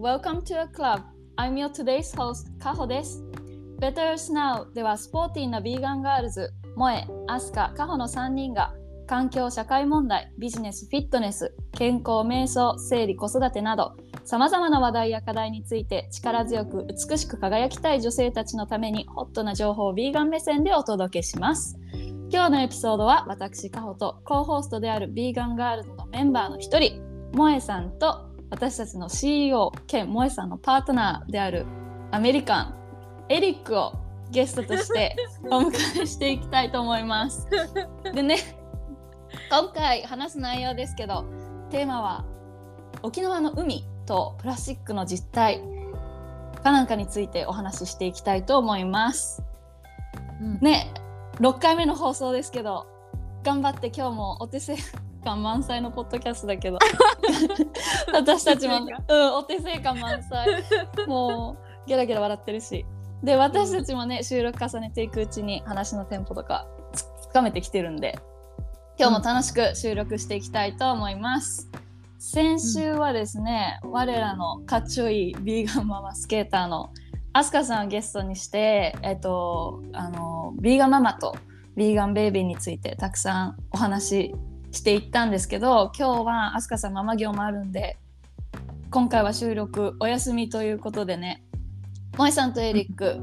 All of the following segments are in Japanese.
Welcome to a club. I'm your today's host, カホです。Better Now ではスポーティーなビーガンガールズ、萌え、アスカ、カホの3人が環境・社会問題、ビジネス・フィットネス、健康・瞑想、生理・子育てなどさまざまな話題や課題について力強く美しく輝きたい女性たちのためにホットな情報をビーガン目線でお届けします。今日のエピソードは私カホとコーホーストであるビーガンガールズのメンバーの一人萌えさんと私たちの CEO 兼萌えさんのパートナーであるアメリカンエリックをゲストとしてお迎えしていきたいと思います。でね、今回話す内容ですけど、テーマは沖縄の海とプラスチックの実態かなんかについてお話ししていきたいと思います。ね、6回目の放送ですけど、頑張って今日もお手製感満載のポッドキャストだけど私たちも、お手製感満載もうゲラゲラ笑ってるし、で私たちもね、収録重ねていくうちに話のテンポとかつかめてきてるんで、今日も楽しく収録していきたいと思います。先週はですね、我らのかっちょいいビーガンママスケーターのアスカさんをゲストにして、ビーガンママとビーガンベイビーについてたくさんお話していったんですけど、今日はアスカさんママ業もあるんで、今回は収録お休みということでね、萌えさんとエリック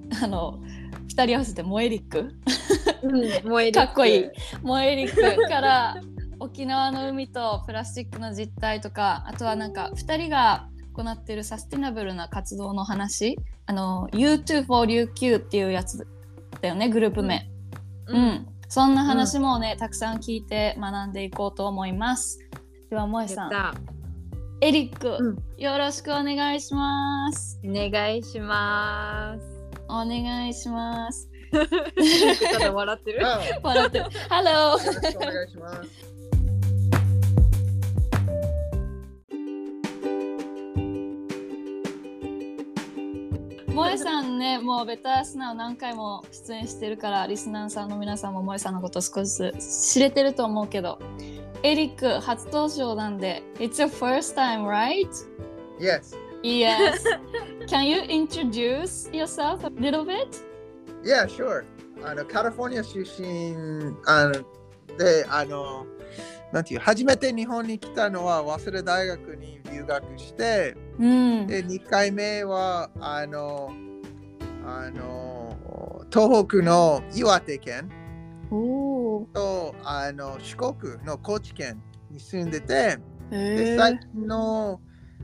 2人合わせて萌えリックかっこいい萌えリックから沖縄の海とプラスチックの実態とか、あとはなんか2人が行っているサスティナブルな活動の話、U2 for UQ っていうやつだよね、グループ名。そんな話もね、たくさん聞いて学んでいこうと思います。では萌えさん、エリック、よろしくお願いします。 お願いします。 お願いします。 ただ笑ってる笑ってる。ハロー。 よろしくお願いします。 萌えさんね、もうベタースナウ何回も出演してるから、リスナーさんの皆さんも萌えさんのこと少しずつ知れてると思うけど、エリック初登場なんで、It's your first time, right? Yes. Yes. Can you introduce yourself a little bit? Yeah, sure. カリフォルニア出身で、なんていう、初めて日本に来たのは早稲田大学に留学して、で2回目は東北の岩手県と四国の高知県に住んでて、で最近の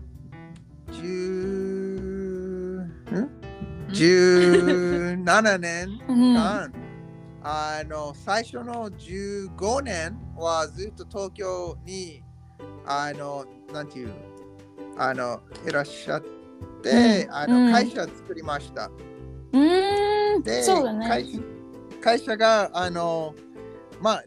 17年間、最初の15年はずっと東京になんていういらっしゃって、会社作りました。で、 そうだね、 会社が2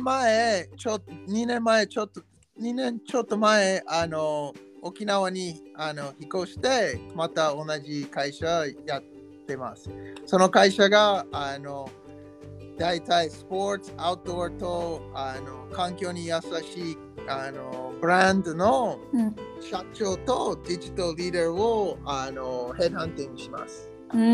年ちょっと前沖縄に引っ越してまた同じ会社やってます。その会社がだいたいスポーツ、アウトドアと環境に優しいブランドの社長とデジタルリーダーをヘッドハンティングします。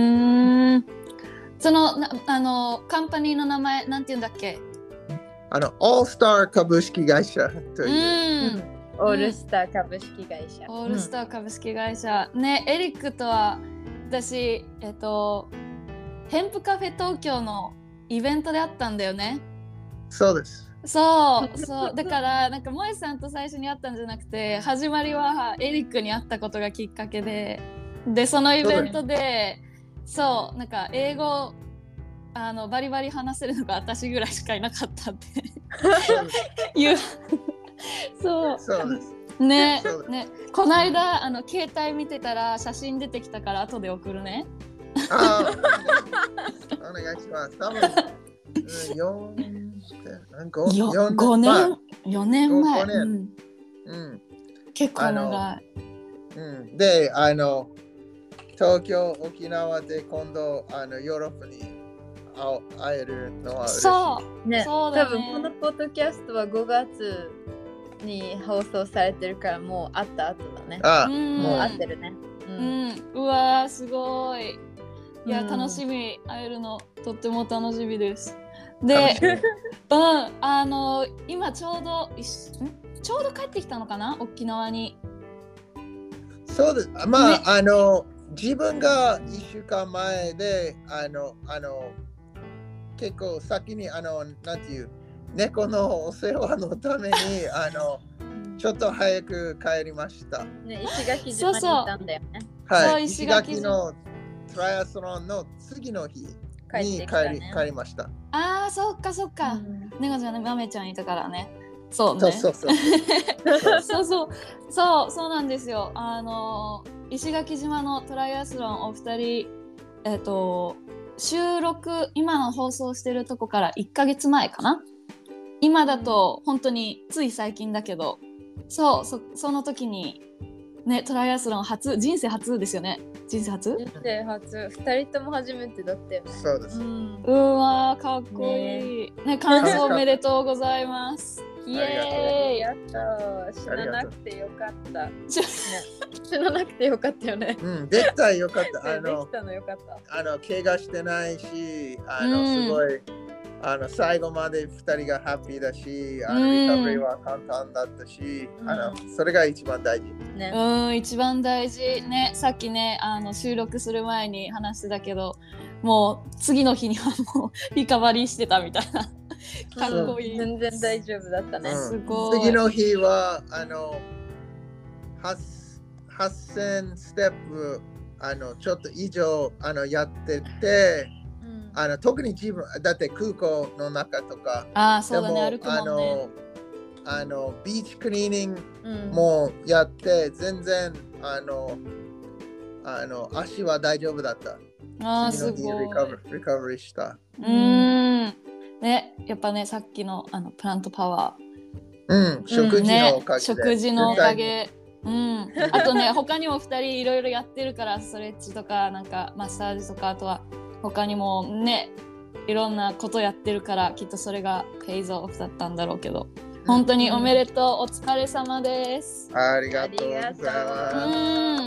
そのカンパニーの名前なんて言うんだっけ？ オールスター株式会社という。 オールスター株式会社。 オールスター株式会社。ね、エリックとは私、ヘンプカフェ東京のイベントであったんだよね。 そうです。 そうだからなんか萌えさんと最初に会ったんじゃなくて、始まりはエリックに会ったことがきっかけで、そのイベントでなんか英語バリバリ話せるのが私ぐらいしかいなかったっていうそうですね。この間携帯見てたら写真出てきたから後で送るね。 お願いします。多分 4年前。結構長い。 で、東京、沖縄で今度ヨーロッパに会えるのは嬉しい。 ね、 そうだね。 多分このポッドキャストは5月に放送されてるからもう会った後だね。 あ、 もう会ってるね。 うわーすごい。いや、 うん楽しみ。会えるのとっても楽しみです。で、今ちょうど帰ってきたのかな、沖縄に。 そうです。まあ、自分が1週間前で、結構先に、なんていう、猫のお世話のために、ちょっと早く帰りました。 ね、石垣島にいたんだよね。 はい、 石石垣垣のトライアスロンの次の日に帰りました。 ああ、そっかそっか。猫ちゃんね、豆ちゃんいたからね。そうね。 そうそうなんですよ。石垣島のトライアスロンお二人、収録、今の放送してるとこから1ヶ月前かな。今だと本当につい最近だけど、その時にね、トライアスロン人生初ですよね。人生初 2人とも初めてだったよね。 そうです。 うわー、かっこいい。ね、感想おめでとうございます。イエーイ。 やったー。死ななくてよかった。死ななくてよかったよね。 絶対よかった。 できたのよかった。 怪我してないし、すごい。最後まで2人がハッピーだし、リカバリーは簡単だったし、それが一番大事。 ね、一番大事ね。さっきね、収録する前に話してたけど、もう次の日にはもうリカバリーしてたみたいな。かっこいい。 全然大丈夫だったね。 すごい。 次の日は8000ステップちょっと以上やってて。特に自分だって空港の中とか、 そうだね、歩くもんね。 ビーチクリーニングもやって、全然足は大丈夫だった。 すごい。 リカバリーした。 ね、やっぱね、さっきのプラントパワー。食事のおかげ。 食事のおかげ。あとね、他にも2人いろいろやってるから、ストレッチとか、なんかマッサージとか、あとは他にもね、いろんなことやってるから、きっとそれがペイズオフだったんだろうけど、本当におめでとう、お疲れ様です。 ありがとうございます。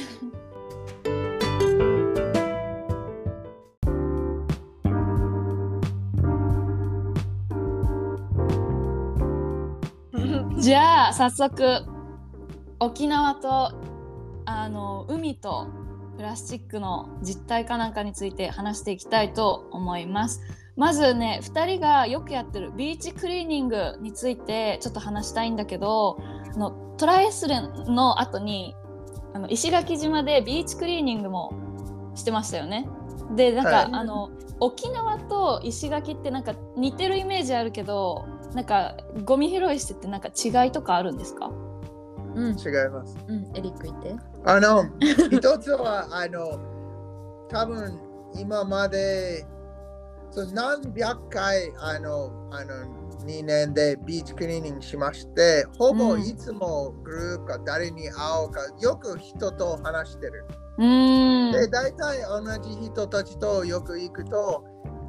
じゃあ早速沖縄と海とプラスチックの実態かなんかについて話していきたいと思います。まずね、2人がよくやってるビーチクリーニングについてちょっと話したいんだけど、トライアスロンの後に石垣島でビーチクリーニングもしてましたよね。で、なんか、沖縄と石垣ってなんか似てるイメージあるけど、なんかゴミ拾いしててなんか違いとかあるんですか？ 違います。 エリック言って。 一つは多分今まで何百回2年でビーチクリーニングしまして、ほぼいつもグループか誰に会うかよく人と話してる。で、大体同じ人たちとよく行くと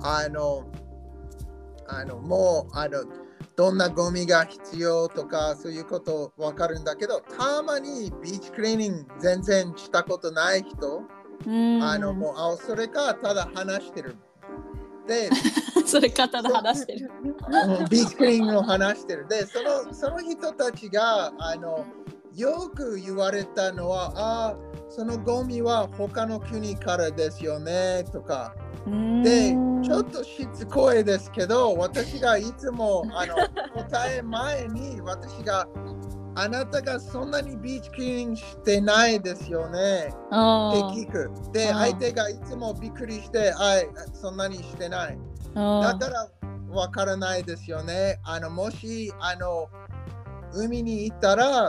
もうどんなゴミが必要とかそういうこと分かるんだけど、たまにビーチクリーニング全然したことない人、もうそれかただ話してる。でそれかただ話してる。 ビーチクリーニングを話してる。で、その人たちがよく言われたのは、そのゴミは他の国からですよねとか。で、ちょっとしつこいですけど、私がいつも答え前に私があなたがそんなにビーチクリーニングしてないですよねって聞く。で、相手がいつもびっくりして、そんなにしてない。だからわからないですよね。もし海に行ったら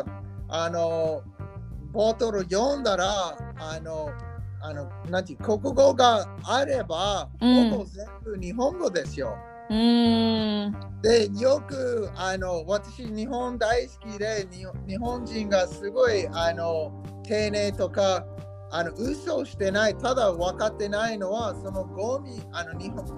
ボトル読んだらなんていう国語があれば、ほぼ全部日本語ですよ。で、よく私日本大好きで、日本人がすごい丁寧とか嘘してない。ただ分かってないのは、そのゴミ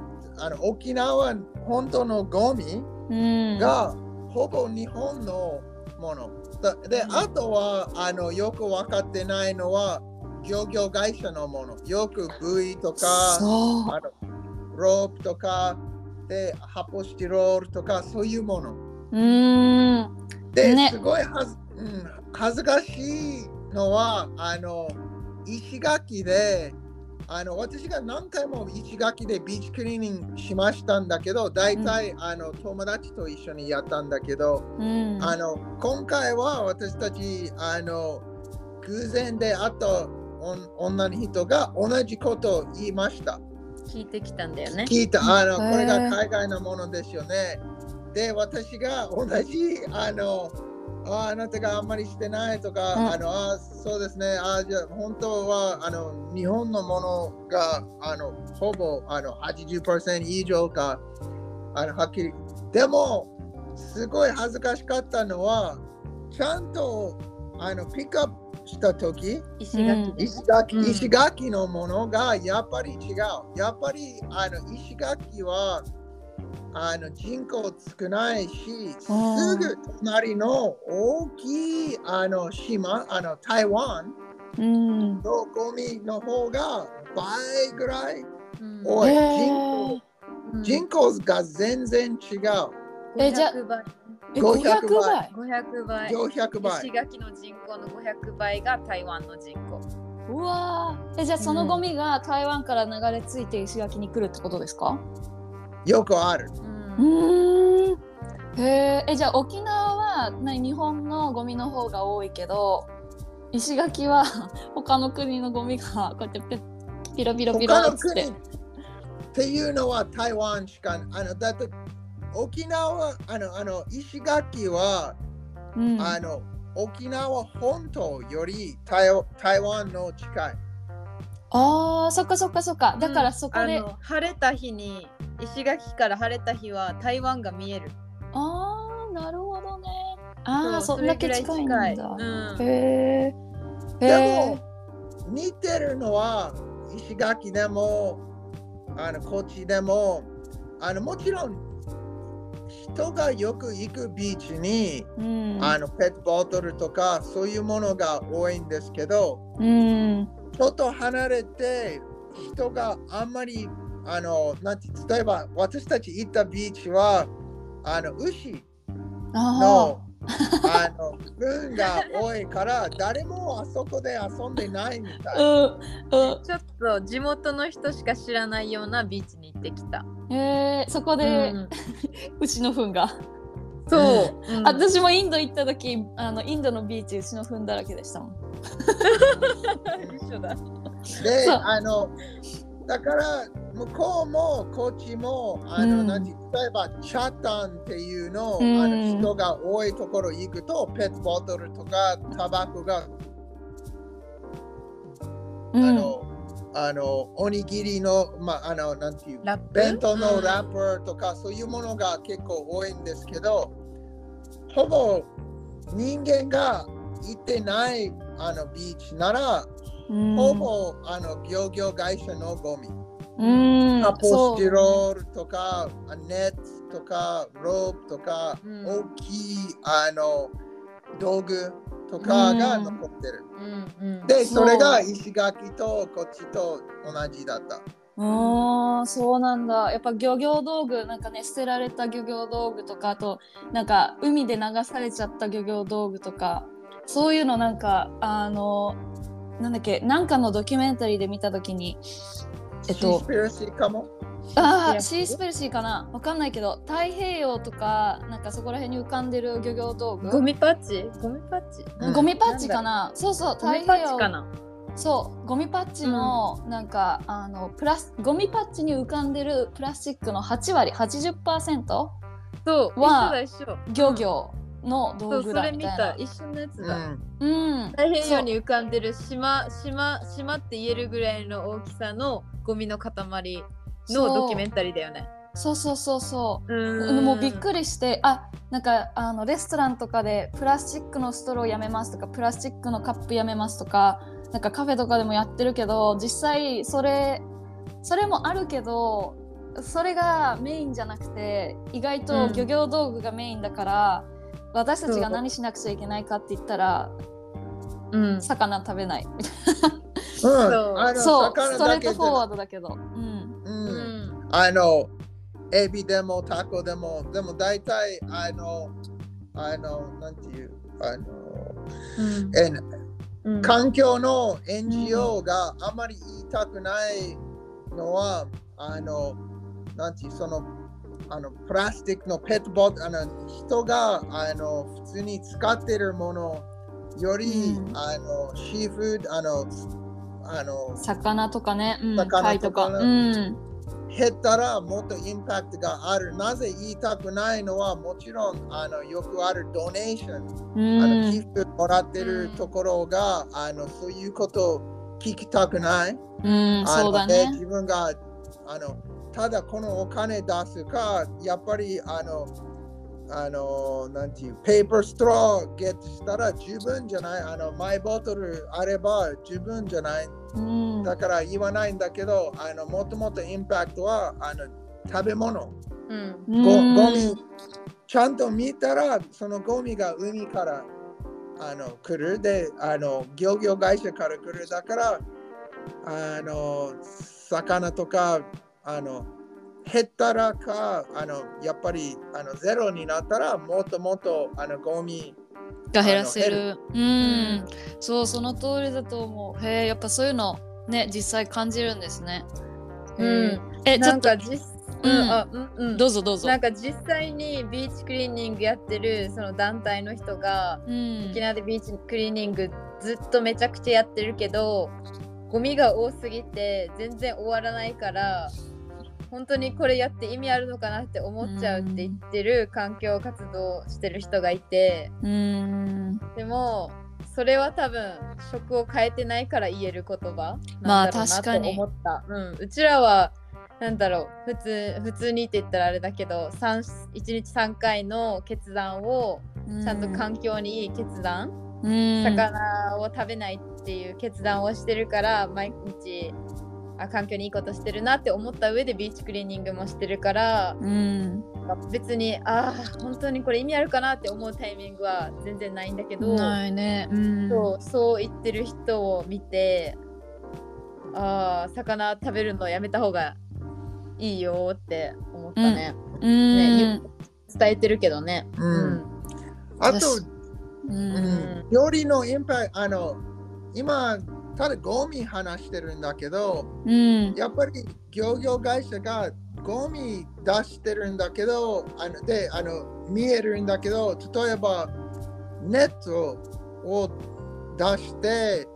沖縄本当のゴミがほぼ日本のもの。で、あとはよく分かってないのは漁業会社のもの。よくブイとかロープとかで発泡スチロールとかそういうもの。で、 ね、 すごい恥ずかしいのは石垣で私が何回も石垣でビーチクリーニングしましたんだけど、大体、友達と一緒にやったんだけど、今回は私たち偶然で会った女の人が同じことを言いました。 聞いてきたんだよね。 聞いた。これが海外のものですよね。で、私が同じあなたがあんまりしてないとか、そうですね、じゃあ本当は日本のものがほぼ80% 以上かはっきり。でも、すごい恥ずかしかったのは、ちゃんとピックアップしたとき、石垣のものがやっぱり違う。やっぱり石垣は人口少ないし、すぐ隣の大きい島、台湾のゴミの方が倍ぐらい多い。人口が全然違う。 500倍。 500倍。 石垣の人口の500倍が台湾の人口。 うわじゃあそのゴミが台湾から流れ着いて石垣に来るってことですか？ よくある。 じゃあ沖縄は日本のゴミの方が多いけど、石垣は他の国のゴミがこうやってピロピロピロってっていうのは台湾しかだって沖縄石垣は、沖縄本島より台湾の近い。 そっかそっかそっか。だからそこで、 晴れた日に石垣から晴れた日は台湾が見える。 なるほどね。そんだけ近いんだ。 でも似てるのは石垣でもこっちでももちろん人がよく行くビーチに、ペットボトルとかそういうものが多いんですけど、ちょっと離れて人があんまり例えば私たち行ったビーチは牛の分が多いから誰もあそこで遊んでないみたい。 ちょっと地元の人しか知らないようなビーチに行ってきた。 そこで、牛の糞がそう、 私もインド行った時インドのビーチ牛の糞だらけでしたもん。 一緒だ。 でだから向こうもこっちも例えばチャタンっていうの、人が多いところ行くとペットボトルとかタバコが、おにぎりの、なんていう弁当のラップとか、そういうものが結構多いんですけど、ほぼ人間が行ってないビーチなら、ほぼ漁業会社のゴミ。発泡スチロールとか、ネットとか、ロープとか、大きい道具とかが残ってる。で、それが石垣とこっちと同じだった。 そうなんだ。やっぱ漁業道具捨てられた漁業道具とか、あと海で流されちゃった漁業道具とか、そういうのなんかのドキュメンタリーで見たときにシースペルシーかも。 シースペルシーかな、わかんないけど、太平洋とかそこら辺に浮かんでる漁業道具、 ゴミパッチ、 ゴミパッチかな。そうそう、 太平洋かな。 そうゴミパッチのゴミパッチに浮かんでるプラスチックの8割 80% は漁業の道具だみたいな。 一緒のやつだ。太平洋に浮かんでる島って言えるぐらいの大きさのゴミの塊のドキュメンタリーだよね。 そうもうびっくりして、レストランとかでプラスチックのストローやめますとか、プラスチックのカップやめますとか、カフェとかでもやってるけど、実際それもあるけど、それがメインじゃなくて意外と漁業道具がメインだから、 私たちが何しなくちゃいけないかって言ったら、魚食べない。そう、ストレートフォワードだけど。 エビでもタコでも大体なんていう環境の NGO があまり言いたくないのは、なんていうプラスチックのペットボトル、人が普通に使っているものより、シーフード、 魚とかね、 貝とか、減ったらもっとインパクトがある。なぜ言いたくないのは、もちろんよくあるドネーション、寄付もらってるところが、そういうことを聞きたくない。 そうだね。 自分がただこのお金出すか、やっぱりなんていうペーパーストローゲットしたら十分じゃない。マイボトルあれば十分じゃない。だから言わないんだけど、もともとインパクトは食べ物、ゴミ、ちゃんと見たらそのゴミが海から来るで、漁業会社から来る。だから魚とか減ったらかやっぱりゼロになったらもっともっとゴミが減らせる。そう、その通りだと思う。やっぱそういうのね、実際感じるんですね。 なんかどうぞどうぞ。 なんか実際にビーチクリーニングやってるその団体の人が、沖縄でビーチクリーニングずっとめちゃくちゃやってるけど、ゴミが多すぎて全然終わらないから、本当にこれやって意味あるのかなって思っちゃうって言ってる環境活動してる人がいて、でもそれは多分食を変えてないから言える言葉なんだろうなと思った。うちらはなんだろう、普通にって言ったらあれだけど、1日3回の決断をちゃんと環境にいい決断、魚を食べないっていう決断をしてるから、毎日環境にいいことしてるなって思った上でビーチクリーニングもしてるから、別に本当にこれ意味あるかなって思うタイミングは全然ないんだけど、 ないね。 そう言ってる人を見て、魚食べるのやめた方がいいよって思ったね。伝えてるけどね。 あと、料理のインパクト、今ただゴミ話してるんだけど、やっぱり漁業会社がゴミ出してるんだけど、見えるんだけど、例えばネットを出して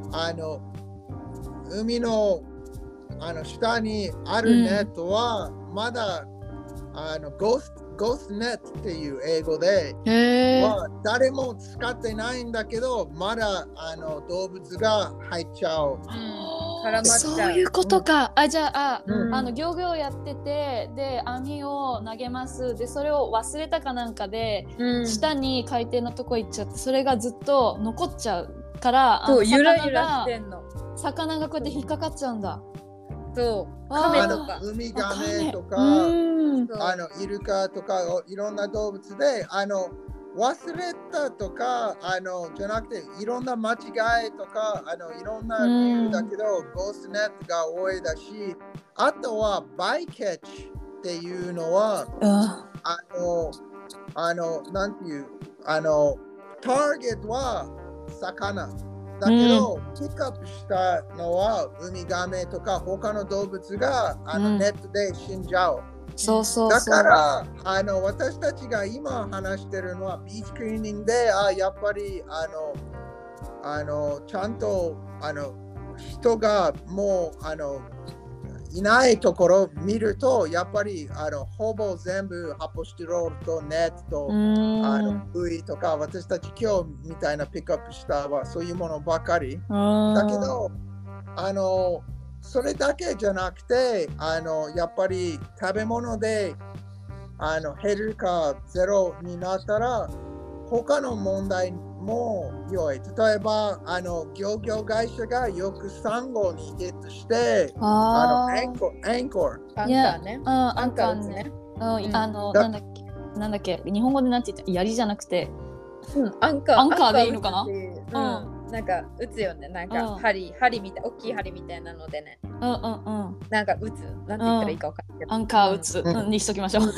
海の下にあるネットはまだゴーストネットっていう英語では誰も使ってないんだけど、まだ動物が入っちゃう。 そういうことか。じゃあ、漁業やってて、で網を投げます。でそれを忘れたかなんかで、下に海底のとこ行っちゃって、それがずっと残っちゃうから、 ゆらゆらしてんの。 魚がこうやって引っかかっちゃうんだ。 カメとかウミガメとかイルカとかいろんな動物で忘れたとかじゃなくて、いろんな間違いとかいろんな理由だけど、ゴーストネットが多いだし、あとはバイキャッチっていうのはなんていうターゲットは魚だけど、ピックアップしたのはウミガメとか他の動物がネットで死んじゃう。だから私たちが今話してるのはビーチクリーニングで、やっぱりちゃんと人がもういないところを見ると、やっぱりほぼ全部発泡スチロールとネットとブイとか、私たち今日みたいなピックアップしたはそういうものばかりだけど、それだけじゃなくてやっぱり食べ物で減るかゼロになったら他の問題も良い。例えば漁業会社がよくサンゴにヒットしてアンコーね。 アンカーね。なんだっけ。 なんだっけ、日本語でなんて言った、槍じゃなくて、 アンカーでいいのかな。 なんか打つよね。なんか針みたい、大きい針みたいなのでね。なんか打つ。なんて言ったらいいか分かんないけど。 アンカー打つ、にしときましょう。 例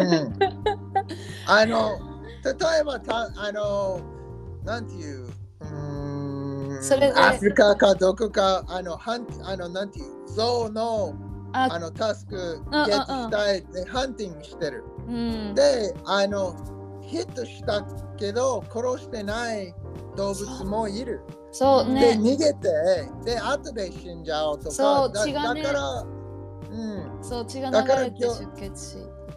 えばなんていう、 それでアフリカかどこかなんていうゾウのタスクゲットしたいでハンティングしてる。でヒットしたけど殺してない動物もいる。 そうね。 で逃げてで後で死んじゃうとか。 そう血がね。 だから、 そう血が流れて出血し。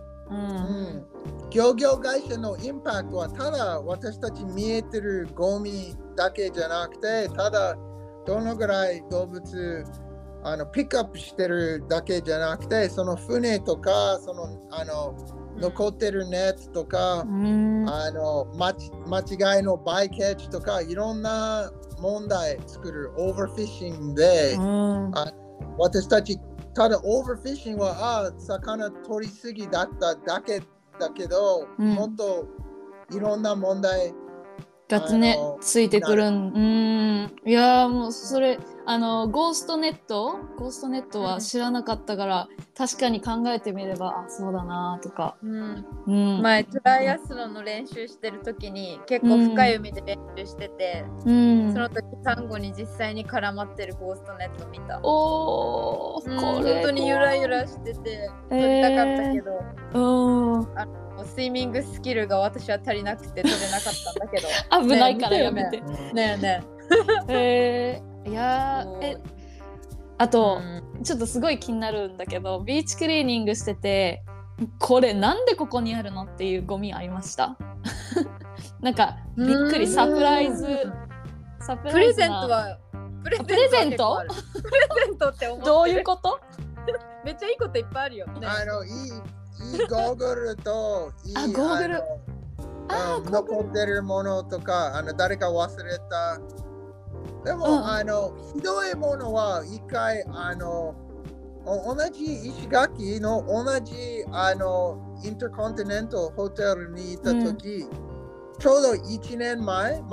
漁業会社のインパクトはただ私たち見えてるゴミだけじゃなくて、ただどのぐらい動物ピックアップしてるだけじゃなくて、その船とかその残ってるネットとか、間違いのバイキャッチとかいろんな問題作るオーバーフィッシングで、私たちただオーバーフィッシングは魚取りすぎだっただけだけど、もっといろんな問題がついてくるいやもうそれゴーストネットは知らなかったから、確かに考えてみればそうだなとか、 前トライアスロンの練習してる時に結構深い海で練習してて、その時サンゴに実際に絡まってるゴーストネット見た。 これ本当にゆらゆらしてて取りたかったけど、スイミングスキルが私は足りなくて取れなかったんだけど危ないからやめてねえいやあと、ちょっとすごい気になるんだけど、ビーチクリーニングしててこれなんでここにあるのっていうゴミありましたなんかびっくりサプライズプレゼントはプレゼントって思ってどういうことめっちゃいいこといっぱいあるよね。 いいゴーグルといいゴーグル残ってるものとか誰か忘れた。でも、ひどいものは一回同じ石垣の同じインターコンティネンタルホテルにいた時、ちょうど1年前、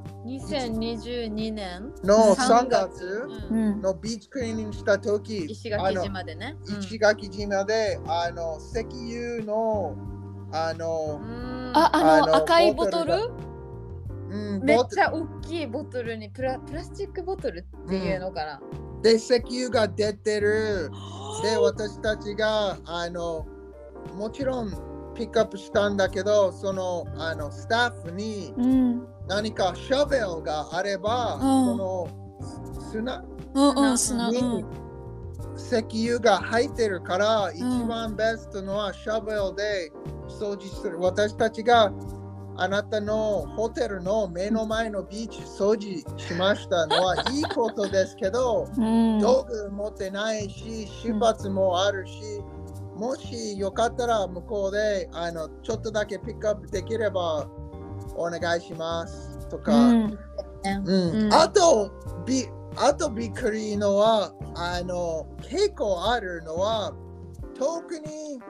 2022年の3月のビーチクリーニングした時、 石垣島でね、 石垣島で石油の赤いボトル、 めっちゃ大きいボトルにプラスチックボトルっていうのかな、 で石油が出てる。で私たちがもちろんピックアップしたんだけど、そのスタッフに何かショベルがあれば、その砂に石油が入ってるから、一番ベストのはショベルで掃除する。私たちがあなたのホテルの目の前のビーチ掃除しましたのはいいことですけど、道具持ってないし出発もあるし、もしよかったら向こうでちょっとだけピックアップできればお願いしますとか、あとびっくりのは結構あるのは、特に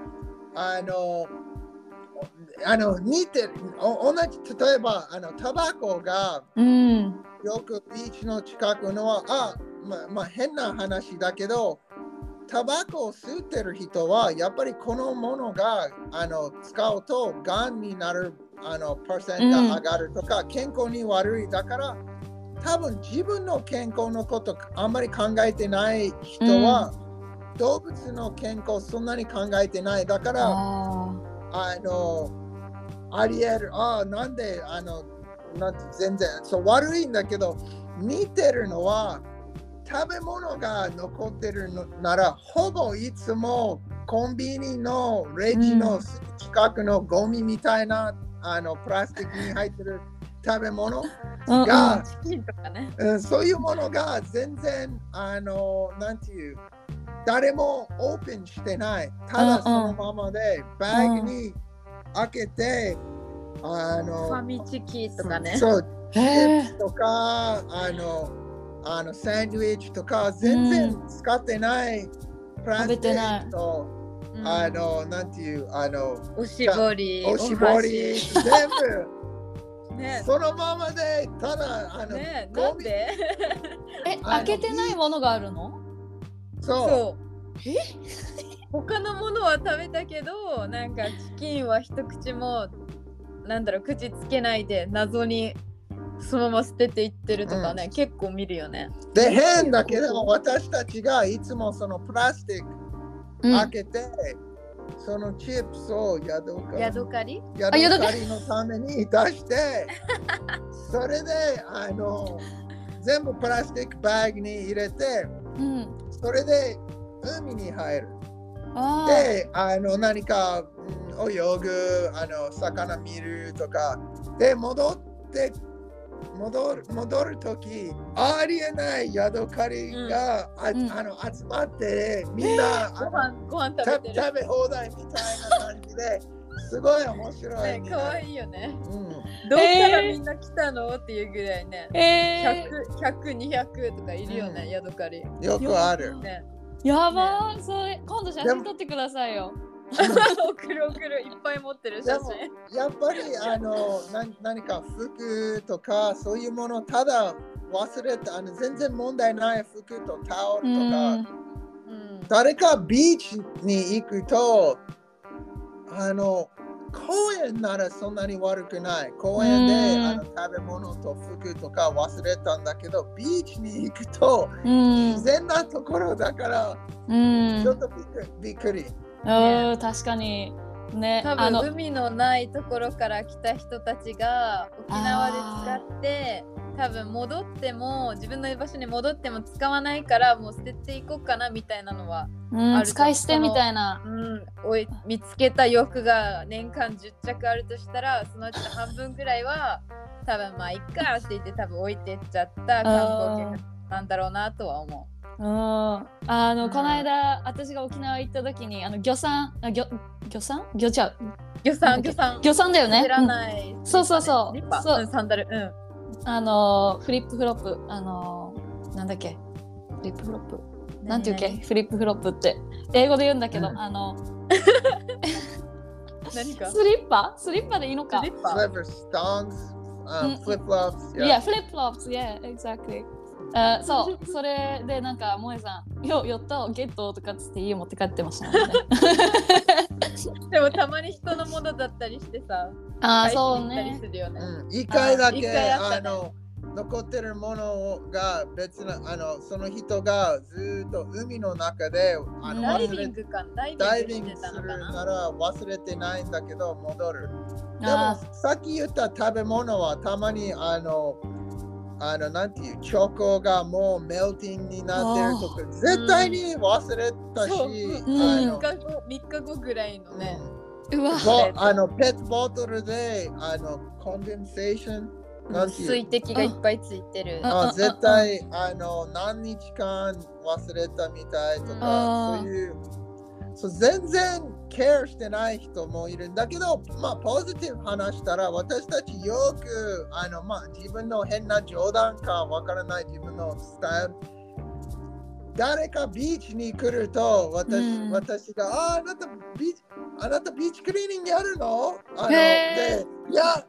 似てる同じ、例えばタバコがよくビーチの近くのは変な話だけど、タバコを吸ってる人はやっぱりこのものが使うとがんになるパーセントが上がるとか、健康に悪い。だから多分自分の健康のことあんまり考えてない人は、動物の健康そんなに考えてない。だからありえる。なんで全然そう悪いんだけど、似てるのは食べ物が残ってるのなら、ほぼいつもコンビニのレジの近くのゴミみたいなプラスチックに入ってる食べ物が、そういうものが全然なんていう、誰もオープンしてない。ただそのままでバッグに開けて、 ファミチキとかね。 そう、チップスとかサンドイッチとか全然使ってないプラスチックと、 なんていう、 おしぼり、 おしぼり、全部。 ね、 そのままで、ただ、 ね、なんで開けてないものがあるの？ そう。 他のものは食べたけど、なんかチキンは一口も口つけないで謎にそのまま捨てていってるとかね、結構見るよね。 で、変だけど私たちがいつもそのプラスチック開けて、そのチップスをヤドカリのために出してそれで全部プラスチックバッグに入れて、それで海に入る。で、何か、泳ぐ、魚見るとか、で、戻るとき、ありえないヤドカリが、集まって、みんなご飯食べ放題みたいな感じで、すごい面白い、 ね。かわいいよね。どっからみんな来たのっていうぐらいね。100、200とかいるよね、ヤドカリ。 よくある。 やばー、それ今度写真撮ってくださいよ。 送るいっぱい持ってる写真。 やっぱり何か服とかそういうものただ忘れた全然問題ない服とタオルとか、誰かビーチに行くと公園ならそんなに悪くない。公園で食べ物と服とか忘れたんだけど、ビーチに行くと自然なところだから、ちょっとびっくり。 確かに。ね、 多分海のないところから来た人たちが沖縄で使って多分戻っても自分の場所に戻っても使わないからもう捨てていこうかなみたいなのはある。 使い捨てみたいな、 見つけた洋服が年間10着あるとしたらそのうちの半分ぐらいは多分まあいっかって言って多分置いてっちゃった観光客なんだろうなとは思う。 この間私が沖縄行った時に漁産だよね。そうサンダル、フリップフロップなんだっけフリップフロップなんていうっけフリップフロップって英語で言うんだけど、 何かスリッパでいいのか。 flip flops yeah flip flops yeah exactly。そう、それでなんか萌さん、やったゲットとかつって家持って帰ってましたね。 でもたまに人のものだったりしてさ、 そうね。 一回だけ残ってるものが別なその人がずっと海の中でダイビングするなら忘れてないんだけど戻る。でもさっき言った食べ物はたまになんていうチョコがもうメルティングになってるとか絶対に忘れたし、 3日後ぐらいのね、 ペットボトルでコンデンセーション水滴がいっぱいついてる。 絶対何日間忘れたみたいとかそういう全然ケアしてない人もいるんだけど、ポジティブ話したら私たちよく自分の変な冗談かわからない自分のスタイル誰かビーチに来ると私があなたビーチクリーニングやるのでいや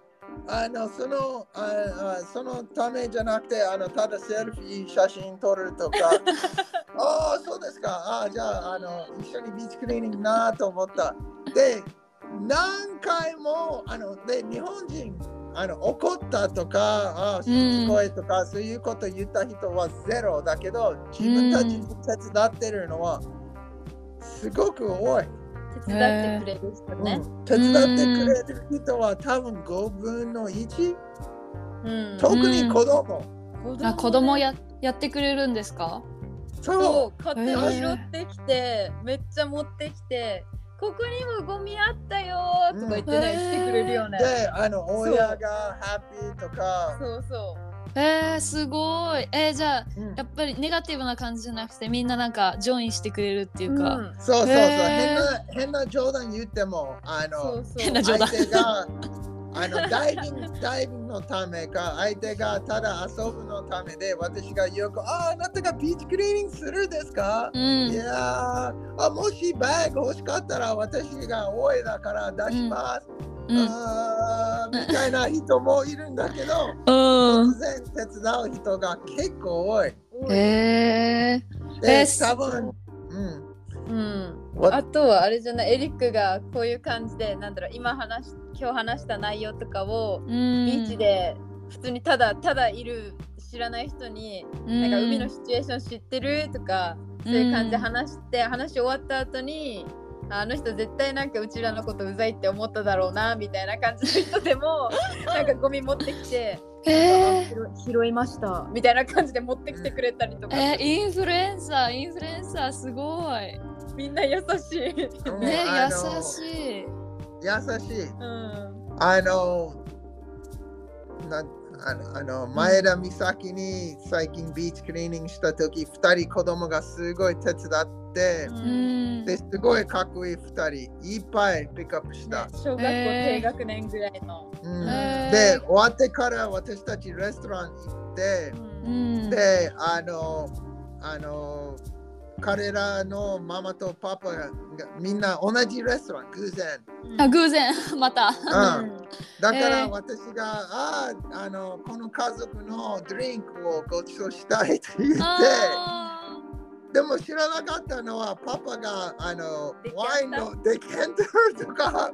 そのためじゃなくてただセルフィー写真撮るとかそうですかじゃあ一緒にビーチクリーニングなと思ったで何回もで日本人怒ったとか聞こえとかそういうこと言った人はゼロだけど自分たちに手伝ってるのはすごく多い。 手伝ってくれる人ね、 手伝ってくれる人は多分5分の1、特に子供やってくれるんですか？ そう勝手に拾ってきてめっちゃ持ってきてここにもゴミあったよとか言ってねしてくれるよね。 で親がハッピーとかすごい。じゃあ、やっぱりネガティブな感じじゃなくてみんななんかジョインしてくれるっていうか、 そう変な冗談言っても相ダイビングのためか、相手がただ遊ぶのためで、私がよく、あなたがビーチクリーニングするですか、いやもしバッグ欲しかったら私が多いだから出します。みたいな人もいるんだけど、突然手伝う人が結構多い。多分、 あとはあれじゃない、エリックがこういう感じで、なんだろう、今日話した内容とかを、ビーチで普通にただいる知らない人に、なんか海のシチュエーション知ってるとか、そういう感じで話終わった後に、あの人絶対なんかうちらのことうざいって思っただろうなみたいな感じの人でもなんかゴミ持ってきて、拾いましたみたいな感じで持ってきてくれたりとか、 インフルエンサーすごい。 みんな優しいね、優しい。 前田美咲に最近ビーチクリーニングしたとき、2人子供がすごい手伝って、ですごいかっこいい2人、いっぱいピックアップした。 小学校低学年ぐらいの。 で、終わってから私たちレストラン行って、で、彼らのママとパパがみんな同じレストラン、偶然。 偶然、また。 だから私が、この家族のドリンクをご馳走したいと言って、でも知らなかったのはパパがワインのデキャンターとか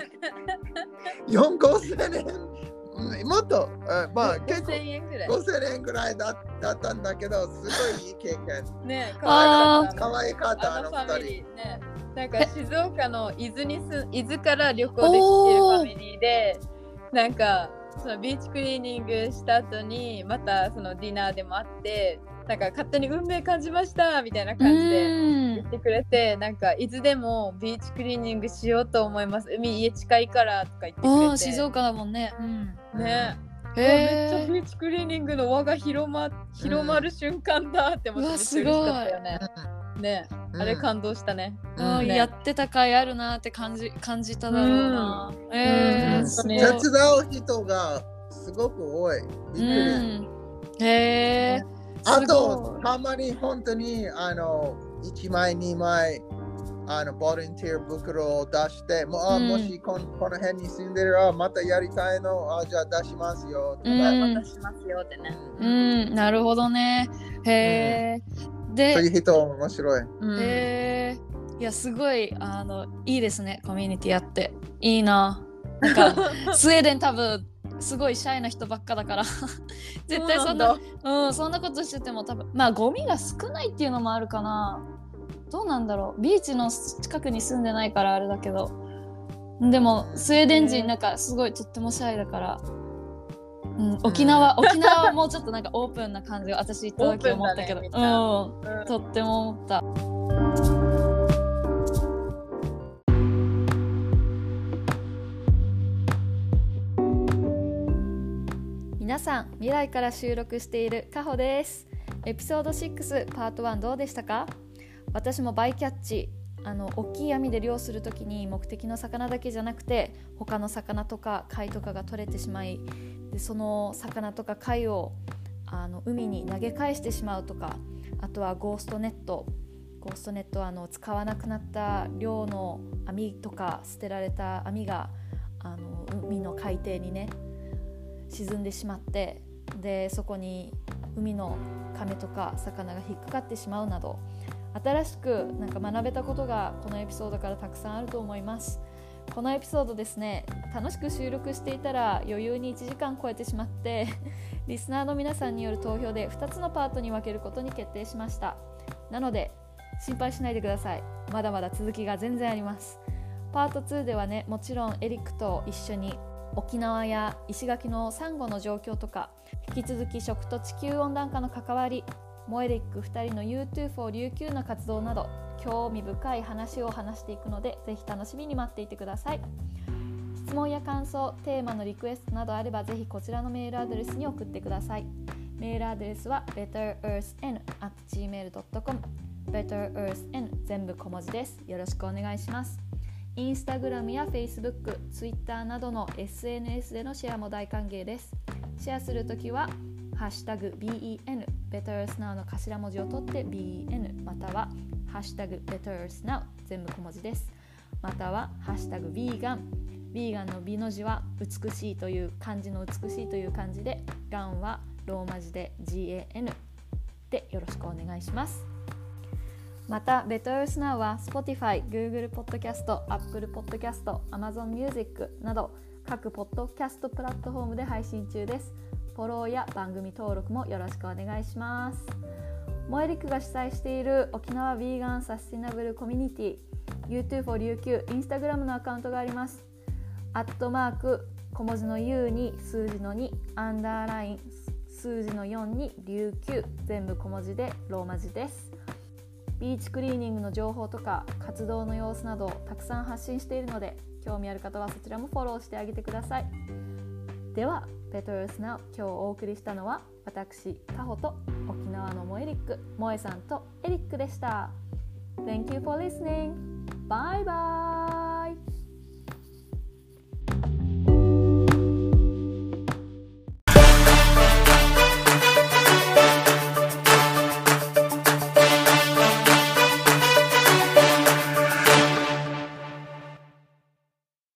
5,000円もっと、結構5,000円ぐらいだったんだけど、すごいいい経験。 ね、 かわいかった、 あのファミリーね。なんか静岡の伊豆から旅行で来てるファミリーで、なんかそのビーチクリーニングした後にまたそのディナーでもあって、なんか勝手に運命感じましたみたいな感じで言ってくれて、なんかいつでもビーチクリーニングしようと思います、家近いからとか言ってくれて。 静岡だもんね。 ね、めっちゃビーチクリーニングの輪が広まる瞬間だって思って、すごい嬉しかったよね。ね、あれ感動したね。 やってた甲斐あるなって感じただろうな。 手伝う人がすごく多い。あと、たまに本当に1枚2枚ボランティア袋を出して、もしこの辺に住んでるらまたやりたいの、じゃあ出しますよとか、 またしますよってね。 なるほどね。 で、そういう人面白い。 いや、すごいいいですね、コミュニティあっていいな。なんかスウェーデン多分すごいシャイな人ばっかだから絶対そんなことしてても多分ゴミが少ないっていうのもあるかな。どうなんだろう、ビーチの近くに住んでないからあれだけど、でもスウェーデン人なんかすごいとってもシャイだから、沖縄はもうちょっとなんかオープンな感じが私行った時思ったけど、とっても思った。皆さん、未来から収録しているカホです。エピソード6パート1どうでしたか？私もバイキャッチ、大きい網で漁するときに目的の魚だけじゃなくて他の魚とか貝とかが取れてしまい、でその魚とか貝を海に投げ返してしまうとか、あとはゴーストネットは使わなくなった漁の網とか捨てられた網が海の海底にね沈んでしまって、でそこに海のカメとか魚が引っかかってしまうなど、新しくなんか学べたことがこのエピソードからたくさんあると思います。このエピソードですね、楽しく収録していたら余裕に1時間超えてしまってリスナーの皆さんによる投票で2つのパートに分けることに決定しました。なので心配しないでください。まだまだ続きが全然あります。パート2ではね、もちろんエリックと一緒に沖縄や石垣のサンゴの状況とか、引き続き食と地球温暖化の関わり、モエリック2人の U2 for 琉球の活動など興味深い話を話していくので、ぜひ楽しみに待っていてください。質問や感想、テーマのリクエストなどあればぜひこちらのメールアドレスに送ってください。メールアドレスは betterearthn@gmail.com betterearthn 全部小文字です。よろしくお願いします。 インスタグラムや Facebook、Twitter などの SNS でのシェアも大歓迎です。シェアするときはハッシュタグ BEN BetterSNOW の頭文字を取って BEN またはハッシュタグ BetterSNOW 全部小文字です。またはハッシュタグ Vegan ヴィーガンの美の字は美しいという漢字の美しいという漢字で、ガンはローマ字で GAN でよろしくお願いします。また BetterSNOW は Spotify、Google Podcast、Apple Podcast、Amazon Music など各ポッドキャストプラットフォームで配信中です。フォローや番組登録もよろしくお願いします。モエリックが主催している沖縄ヴィーガンサスティナブルコミュニティ U2 for 琉球インスタグラムのアカウントがあります。@小文字の U に数字の2アンダーライン数字の4に琉球全部小文字でローマ字です。ビーチクリーニングの情報とか活動の様子などをたくさん発信しているので、興味ある方はそちらもフォローしてあげてください。では BetterSNOW 今日お送りしたのは私カホと沖縄のモエリック、モエさんとエリックでした。Thank you for listening.